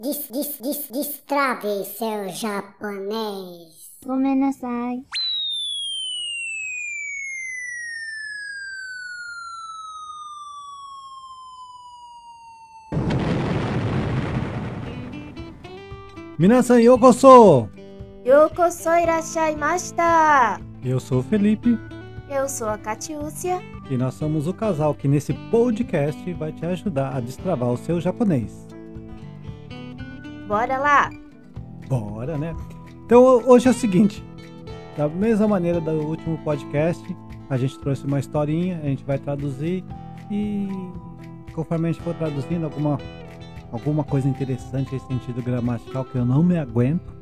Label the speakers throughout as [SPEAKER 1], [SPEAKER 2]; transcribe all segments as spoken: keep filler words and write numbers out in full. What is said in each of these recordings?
[SPEAKER 1] Dis, dis, dis, destrave seu japonês.
[SPEAKER 2] ごめんなさい。
[SPEAKER 3] Minasan yokoso!
[SPEAKER 4] Yokosoいらっしゃいました。
[SPEAKER 3] Eu sou o Felipe.
[SPEAKER 4] Eu sou a Catiúcia.
[SPEAKER 3] E nós somos o casal que nesse podcast vai te ajudar a destravar o seu japonês.
[SPEAKER 4] Bora lá!
[SPEAKER 3] Bora, né? Então hoje é o seguinte, da mesma maneira do último podcast, a gente trouxe uma historinha, a gente vai traduzir e conforme a gente for traduzindo alguma, alguma coisa interessante em sentido gramatical que eu não me aguento,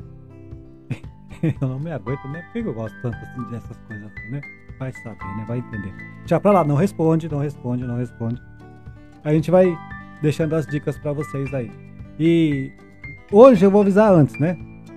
[SPEAKER 3] eu não me aguento, né? Porque eu gosto tanto assim dessas coisas, né? Vai saber, né? Vai entender. Já pra lá, não responde, não responde, não responde. A gente vai deixando as dicas pra vocês aí. E hoje eu vou avisar antes, né?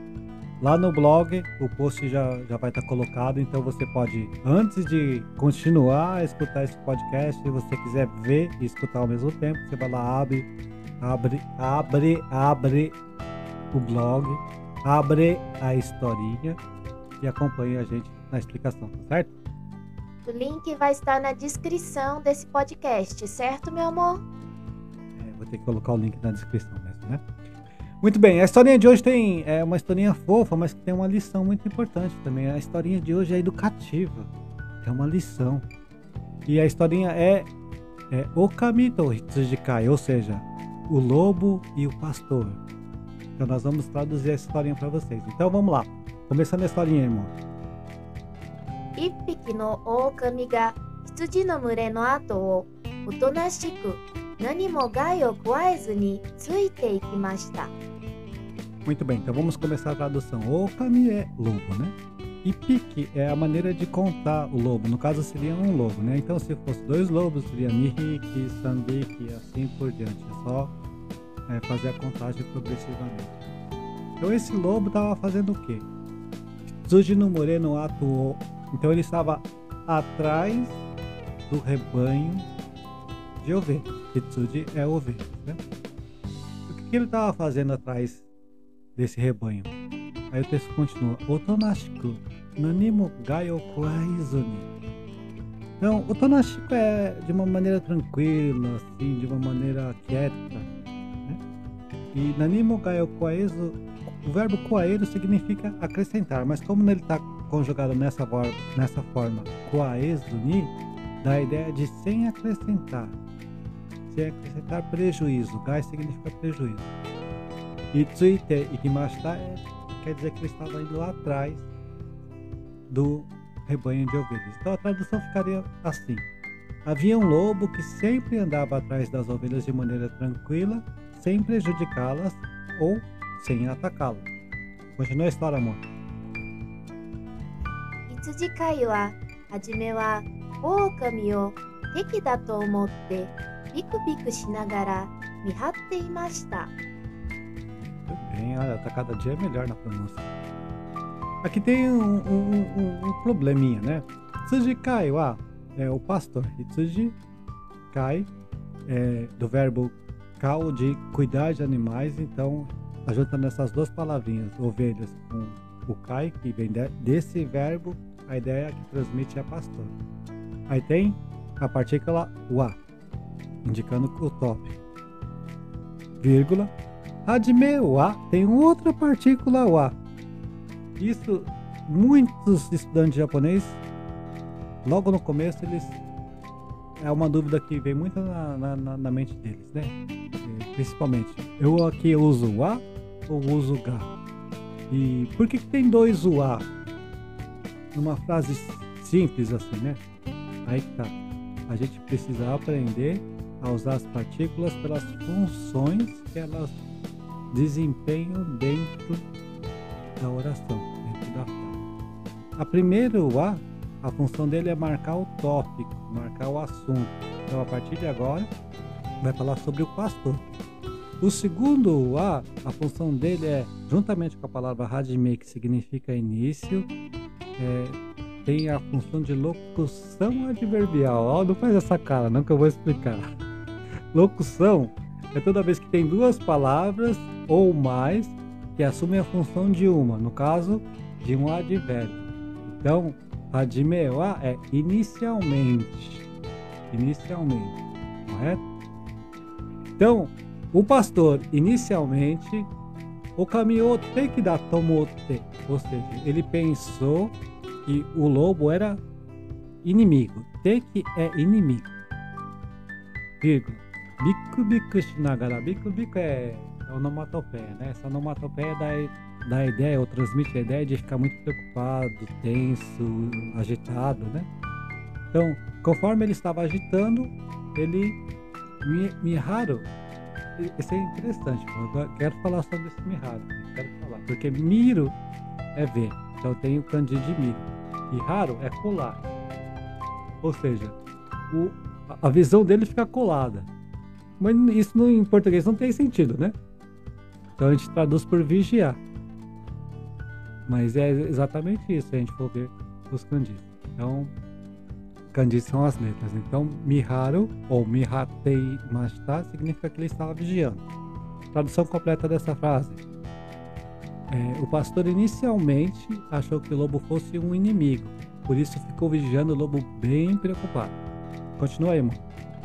[SPEAKER 3] Lá no blog, o post já, já vai estar colocado, então você pode, antes de continuar a escutar esse podcast, se você quiser ver e escutar ao mesmo tempo, você vai lá, abre, abre, abre, abre o blog, abre a historinha e acompanha a gente na explicação, tá certo?
[SPEAKER 4] O link vai estar na descrição desse podcast, certo, meu amor?
[SPEAKER 3] É, vou ter que colocar o link na descrição mesmo, né? Muito bem, a historinha de hoje tem é uma historinha fofa, mas que tem uma lição muito importante também. A historinha de hoje é educativa, é uma lição. E a historinha é, é Okami to Hitsujikai, ou seja, o lobo e o pastor. Então nós vamos traduzir essa historinha para vocês. Então vamos lá, começando a historinha, irmão.
[SPEAKER 4] 一匹の狼が羊の群れの後をおとなしく何も害を加えずについていきました。
[SPEAKER 3] Muito bem, então vamos começar a tradução. Okami é lobo, né? E piki é a maneira de contar o lobo. No caso seria um lobo, né? Então se fosse dois lobos seria nihiki, sanbiki e assim por diante. É só é, fazer a contagem progressivamente. Então esse lobo estava fazendo o quê? Tsuji no Mure no ato o. Então ele estava atrás do rebanho de ovelhas. Tsuji é ovelha, né? O que, que ele estava fazendo atrás desse rebanho? Aí o texto continua. Otonashiku nanimo gai o kuaizuni. Então, otonashiku é de uma maneira tranquila, assim, de uma maneira quieta, né? E nanimo gai o kuaizu, o verbo kuaeru significa acrescentar, mas como ele está conjugado nessa forma, nessa forma kuaezuni, dá a ideia de sem acrescentar. Sem acrescentar prejuízo. Gai significa prejuízo. E tsuite ikimashita é, quer dizer que ele estava indo lá atrás do rebanho de ovelhas. Então a tradução ficaria assim. Havia um lobo que sempre andava atrás das ovelhas de maneira tranquila, sem prejudicá-las ou sem atacá-las. Continua a história, amor.
[SPEAKER 4] 羊飼いははじめは狼を敵だと思ってビクビクしながら見張っていました。
[SPEAKER 3] Bem, olha, tá cada dia melhor na pronúncia. Aqui tem um, um, um, um probleminha, né? Tsujikai wa é o pastor. E Tsujikai é do verbo kau, de cuidar de animais. Então, juntando essas duas palavrinhas, ovelhas com o kai, que vem de, desse verbo, a ideia que transmite é pastor. Aí tem a partícula wa, indicando o tópico. Vírgula. Hajime wa tem outra partícula wa. Isso, muitos estudantes japonês, logo no começo, eles é uma dúvida que vem muito na, na, na mente deles, né? E, principalmente, eu aqui uso wa ou uso ga? E por que, que tem dois wa numa frase simples assim, né? Aí que tá. A gente precisa aprender a usar as partículas pelas funções que elas desempenham dentro da oração, dentro da frase. A primeira wa, a função dele é marcar o tópico, marcar o assunto. Então a partir de agora vai falar sobre o pastor. O segundo wa, a função dele é, juntamente com a palavra hajime, que significa início, é, tem a função de locução adverbial. Ó, não faz essa cara, não, que eu vou explicar. Locução é toda vez que tem duas palavras ou mais que assumem a função de uma, no caso, de um advérbio. Então, hajime-wa é inicialmente. Inicialmente, correto? Então, o pastor, inicialmente, o caminhou te que dá tomote, ou seja, ele pensou que o lobo era inimigo. Te que é inimigo. Vírgula. Biku biku shinagara. Biku biku é onomatopeia, né? Essa onomatopeia dá, dá a ideia, ou transmite a ideia de ficar muito preocupado, tenso, agitado, né? Então, conforme ele estava agitando, ele... Miharu, isso é interessante, eu quero falar sobre esse Miharu, quero falar, porque Miro é ver, então tem o kanji de Miro, e Haru é colar, ou seja, o, a visão dele fica colada, mas isso no, em português não tem sentido, né? Então a gente traduz por vigiar, mas é exatamente isso se a gente for ver os kanjis. Então kanji são as letras. Então, Miharu ou Mihatei Mashita significa que ele estava vigiando. Tradução completa dessa frase. É, o pastor inicialmente achou que o lobo fosse um inimigo. Por isso ficou vigiando o lobo bem preocupado. Continua aí, irmão.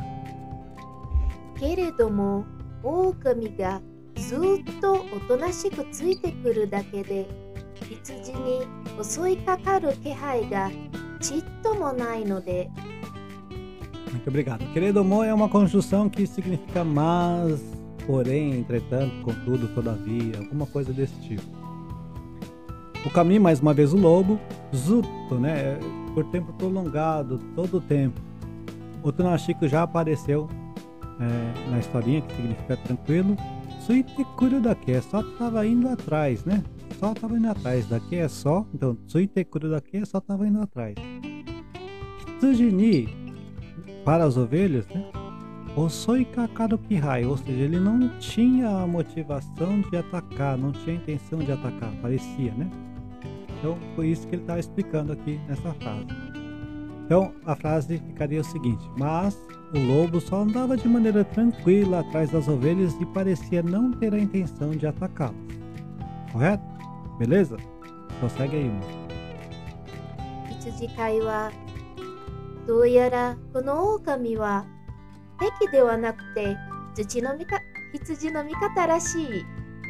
[SPEAKER 4] けれども、狼がずっとおとなしくついてくるだけで、羊に襲いかかる気配がちっともないので。
[SPEAKER 3] Muito obrigado. Queredomo é uma conjunção que significa mas, porém, entretanto, contudo, todavia, alguma coisa desse tipo. O caminho, mais uma vez, o lobo, zuto, né? Por tempo prolongado, todo o tempo. O Tonashiko já apareceu é, na historinha, que significa tranquilo. Suite kuru dake, só estava indo atrás, né? Só estava indo atrás. Daqui é só, então, suite kuru dake, só estava indo atrás. Hitsuji ni, para as ovelhas, né? Osoi kakaru kihai, ou seja, ele não tinha a motivação de atacar, não tinha a intenção de atacar, parecia, né? Então, foi isso que ele estava explicando aqui nessa frase. Então, a frase ficaria o seguinte: mas o lobo só andava de maneira tranquila atrás das ovelhas e parecia não ter a intenção de atacá-las. Correto? Beleza? Então segue aí, mano.
[SPEAKER 4] 羊飼いはどうやらこの狼は敵ではなくて羊の味方、羊の味方らしい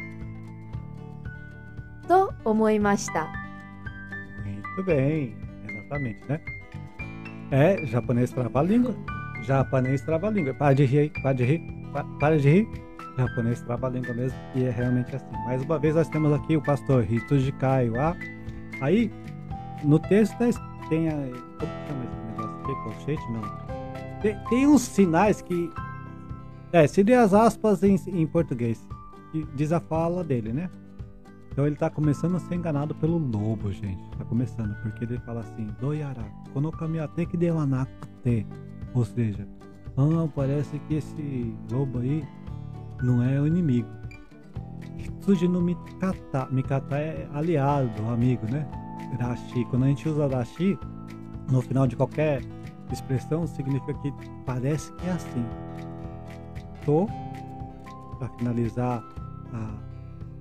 [SPEAKER 4] と思いました。
[SPEAKER 3] Muito bem, exatamente, né? É, japonês trava-língua. Japonês trava-língua. Para de rir, para de rir, pa- para de rir. Japonês trava-língua mesmo, e é realmente assim. Mais uma vez nós temos aqui o pastor Hitsuji Kaiwa. Aí, no texto tem a... Como chama esse negócio aqui? Colchete? Não. Tem, tem uns sinais que... É, seria as aspas em, em português. Que diz a fala dele, né? Então ele tá começando a ser enganado pelo lobo, gente. Tá começando, porque ele fala assim: Doyara, kono kami wa teki de wa nakute. Ou seja, ah, parece que esse lobo aí não é o inimigo. Hitsuji no Mikata. Mikata é aliado, amigo, né? Rashi. Quando a gente usa Rashi, no final de qualquer expressão, significa que parece que é assim. To, para finalizar a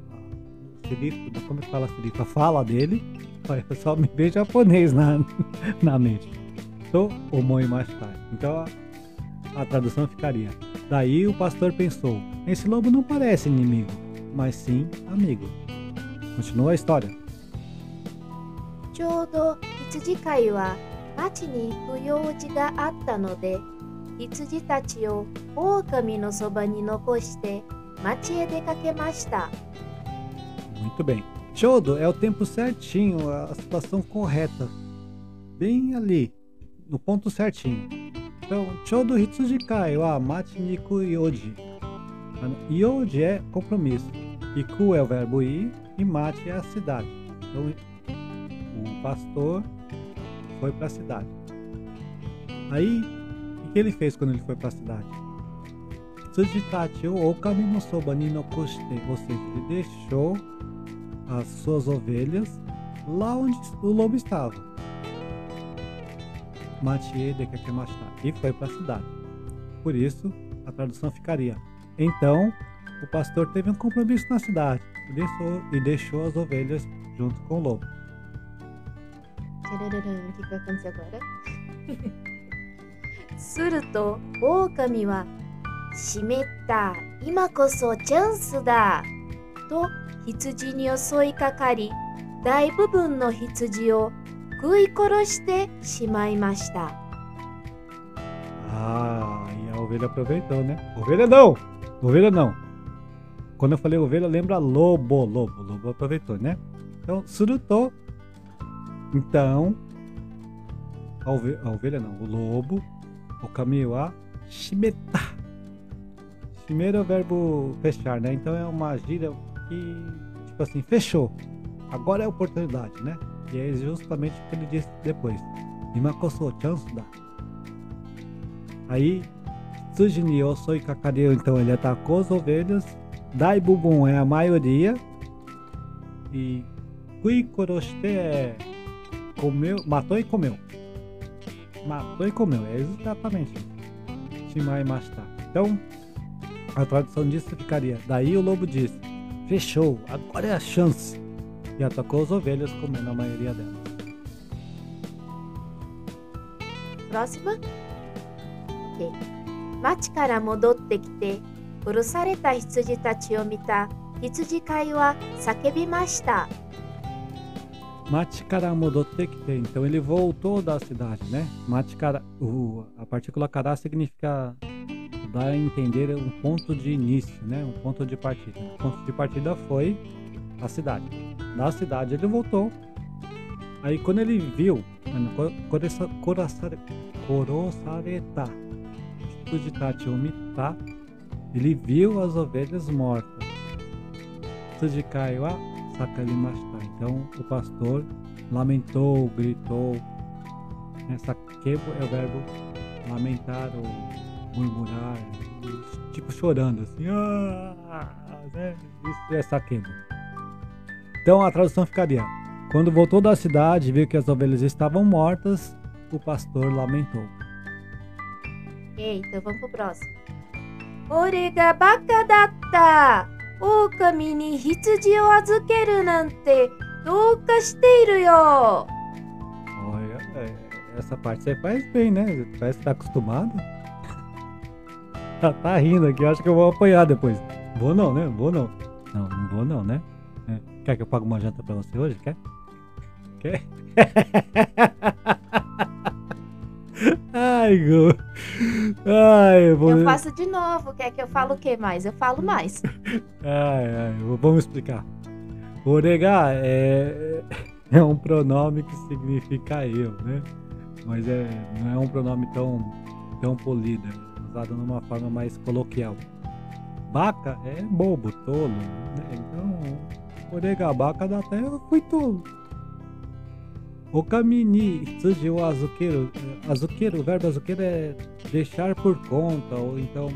[SPEAKER 3] Serifa, como é que fala Serifa? A fala dele. Olha, eu só me vejo japonês na, na mente. To omoi mashitai. Então a, a tradução ficaria: daí o pastor pensou, esse lobo não parece inimigo, mas sim amigo. Continua a história.
[SPEAKER 4] ちょうど羊飼いは町に行く用事があったので、羊たちを狼のそばに残して町へ出かけました。
[SPEAKER 3] Muito bem. Chodo é o tempo certinho, a situação correta. Bem ali, no ponto certinho. Então, Chodo Hitsuji Kai wa machi ni iku yoji. Yoji é compromisso. Iku é o verbo ir e machi é a cidade. Então, o pastor foi para a cidade. Aí, o que ele fez quando ele foi para a cidade? Hitsuji tachi o okami no soba ni nokoshite. Ou seja, ele deixou as suas ovelhas lá onde o lobo estava. Machie de Kakemashita. E foi para a cidade. Por isso, a tradução ficaria: então, o pastor teve um compromisso na cidade e deixou, e deixou as ovelhas junto com o lobo.
[SPEAKER 4] Tchararam, o que, que vai acontecer agora? Suruto, Ookami wa shimetta, ima koso chance da! To, hitsujin ni osoi kakari, dai bubun no hitsuji o kui koroshite shimaimashita.
[SPEAKER 3] Ah, e a ovelha aproveitou, né? Ovelha não! Ovelha não! Quando eu falei ovelha, lembra lobo, lobo, lobo aproveitou, né? Então, suruto. Então, a ovelha, a ovelha não, o lobo, o caminho a shimeta. Shimeru é o verbo fechar, né? Então é uma gíria que, tipo assim, fechou. Agora é a oportunidade, né? E é justamente o que ele disse depois. Imakoso chance da. Aí, Tsuji ni osoi kakariu, então ele atacou as ovelhas. Dai bubun é a maioria. E kui koroshite é comeu, matou e comeu. Matou e comeu, é exatamente isso. Shimai mashita. Então, a tradução disso ficaria: daí o lobo disse: fechou, agora é a chance. E atacou as ovelhas, comendo a maioria delas.
[SPEAKER 4] Próxima. Ok. Machi kara modotte kite, korosareta hitsuji tachi o mita hitsuji kai wa sakebimashita.
[SPEAKER 3] Machi kara modotte kite. Então ele voltou da cidade, né? Machi kara, uh, a partícula kara significa dar a entender um ponto de início, né? Um ponto de partida. O ponto de partida foi a cidade. Da cidade ele voltou. Aí quando ele viu korosareta hitsuji tachi o mita, ele viu as ovelhas mortas. Hitsuji kai wa sakebimashita. Então o pastor lamentou, gritou. Sakebo é o verbo lamentar ou murmurar, tipo chorando assim. Ah, né? Isso é sakebo. Então a tradução ficaria: quando voltou da cidade e viu que as ovelhas estavam mortas, o pastor lamentou.
[SPEAKER 4] Ok, então vamos pro próximo. Ore ga baka datta! Ookami ni hitsuji o azukeru nante douka shiteiru yo!
[SPEAKER 3] Olha, essa parte você faz bem, né? Parece que tá acostumado. Tá, tá rindo aqui, eu acho que eu vou apanhar depois. Vou não, né? Vou não. Não, não vou não, né? É. Quer que eu pague uma janta pra você hoje? Quer? Quer? Ai, Gu. Ai, eu vou...
[SPEAKER 4] Eu faço de novo. Quer que eu falo o que mais? Eu falo mais.
[SPEAKER 3] Ai, ai, vamos explicar. Orega é, é um pronome que significa eu, né? Mas é, não é um pronome tão, tão polido, é usado numa forma mais coloquial. Baca é bobo, tolo, né? Então, orega baca dá até eu fui tolo. Okami ni hitsuji o azukeru. Azukeru, o verbo azukeru é deixar por conta, ou então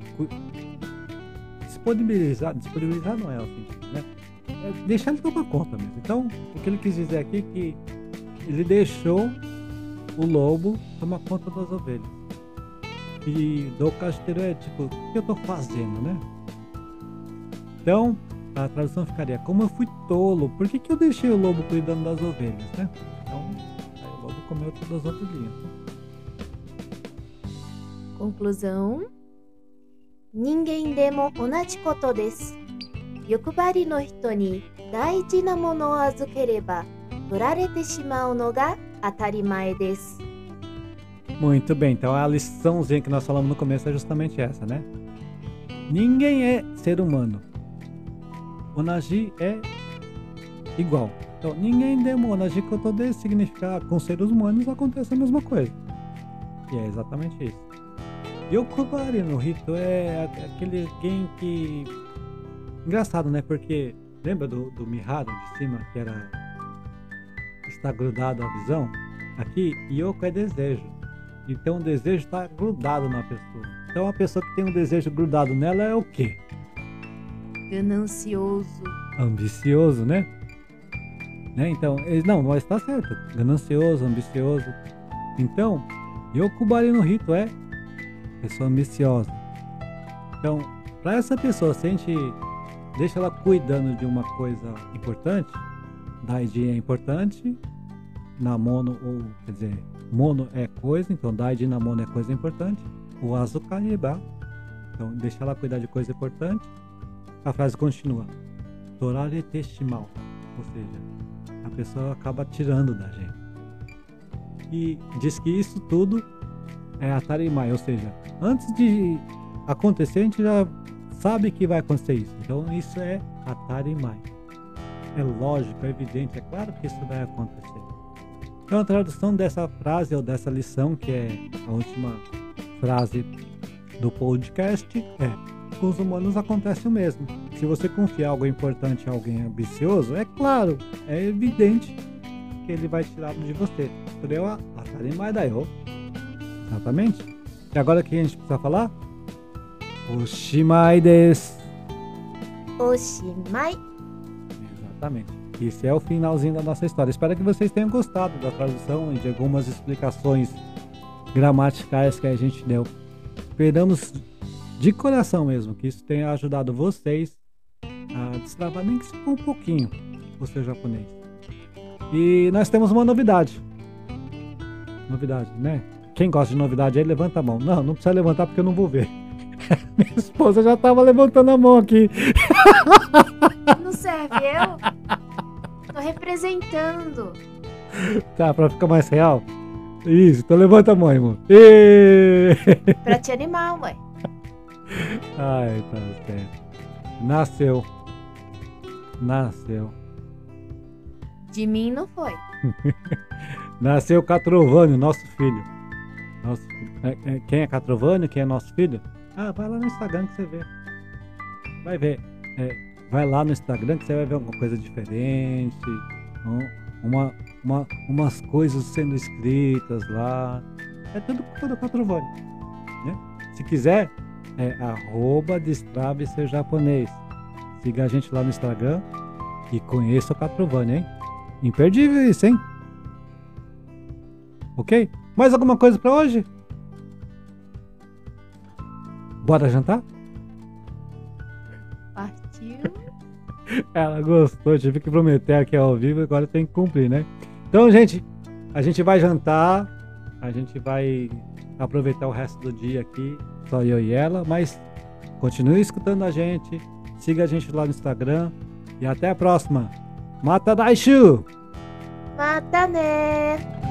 [SPEAKER 3] disponibilizar. Disponibilizar não é o sentido, né? É deixar ele tomar conta mesmo. Então, o que ele quis dizer aqui é que ele deixou o lobo tomar conta das ovelhas. E do casteiro é tipo, o que eu tô fazendo, né? Então, a tradução ficaria: como eu fui tolo, por que, que eu deixei o lobo cuidando das ovelhas, né? Então, aí o lobo comeu todas as ovelhinhas.
[SPEAKER 4] Conclusão. Ningen demo onaji koto desu. Yokubari no hito ni daiji na mono o azukereba torarete shimau no ga atarimae desu.
[SPEAKER 3] Muito bem, então a liçãozinha que nós falamos no começo é justamente essa, né? Ninguém é ser humano. Onaji é igual. Então, ninguém demo onaji koto desu significa com seres humanos acontece a mesma coisa. E é exatamente isso. Yokubari no hito é aquele alguém que... Engraçado, né? Porque lembra do, do Miharu de cima, que era... está grudado à visão? Aqui, Yoko é desejo. Então o desejo está grudado na pessoa. Então a pessoa que tem um desejo grudado nela é o quê?
[SPEAKER 4] Ganancioso.
[SPEAKER 3] Ambicioso, né? né? Então, não, mas está certo. Ganancioso, ambicioso. Então, Yokubari no hito é pessoa ambiciosa. Então, Para essa pessoa, se a gente deixa ela cuidando de uma coisa importante, daiji é importante, na mono, ou quer dizer, mono é coisa, então daiji na mono é coisa importante, o azukareba, então deixa ela cuidar de coisa importante. A frase continua, torarete shimau, ou seja, a pessoa acaba tirando da gente. E diz que isso tudo é atarimai, ou seja, antes de acontecer a gente já sabe que vai acontecer isso, então isso é atarimai. É lógico, é evidente, é claro que isso vai acontecer. Então a tradução dessa frase ou dessa lição, que é a última frase do podcast, é: com os humanos acontece o mesmo. Se você confiar algo importante a alguém ambicioso, é claro, é evidente que ele vai tirar de você. Exatamente. E agora o que a gente precisa falar? Oshimai desu.
[SPEAKER 4] Oshimai.
[SPEAKER 3] Exatamente. Esse é o finalzinho da nossa história. Espero que vocês tenham gostado da tradução e de algumas explicações gramaticais que a gente deu. Esperamos de coração mesmo que isso tenha ajudado vocês a destravar nem que se for um pouquinho o seu japonês. E nós temos uma novidade. Novidade, né? Quem gosta de novidade aí, levanta a mão. Não, não precisa levantar porque eu não vou ver. Minha esposa já estava levantando a mão aqui.
[SPEAKER 4] Não serve eu? Tô representando.
[SPEAKER 3] Tá, pra ficar mais real? Isso, então levanta a mão, irmão. E...
[SPEAKER 4] Pra te animar, ué.
[SPEAKER 3] Ai, tá certo. Nasceu. Nasceu.
[SPEAKER 4] De mim não foi.
[SPEAKER 3] Nasceu Catrovânio, nosso filho. Nosso filho. É, é, quem é Catrovânio? Quem é nosso filho? Ah, vai lá no Instagram que você vê. Vai ver. É, vai lá no Instagram que você vai ver alguma coisa diferente. Um, uma, uma, umas coisas sendo escritas lá. É tudo culpa do Catrovânio, né? Se quiser, é arroba destrave seu japonês. Siga a gente lá no Instagram e conheça o Catrovânio, hein? Imperdível isso, hein? Ok? Mais alguma coisa pra hoje? Bora jantar?
[SPEAKER 4] Partiu.
[SPEAKER 3] Ela gostou, tive que prometer aqui ao vivo, agora tem que cumprir, né? Então, gente, a gente vai jantar, a gente vai aproveitar o resto do dia aqui, só eu e ela, mas continue escutando a gente, siga a gente lá no Instagram e até a próxima. Mata Daishu!
[SPEAKER 4] Mata né!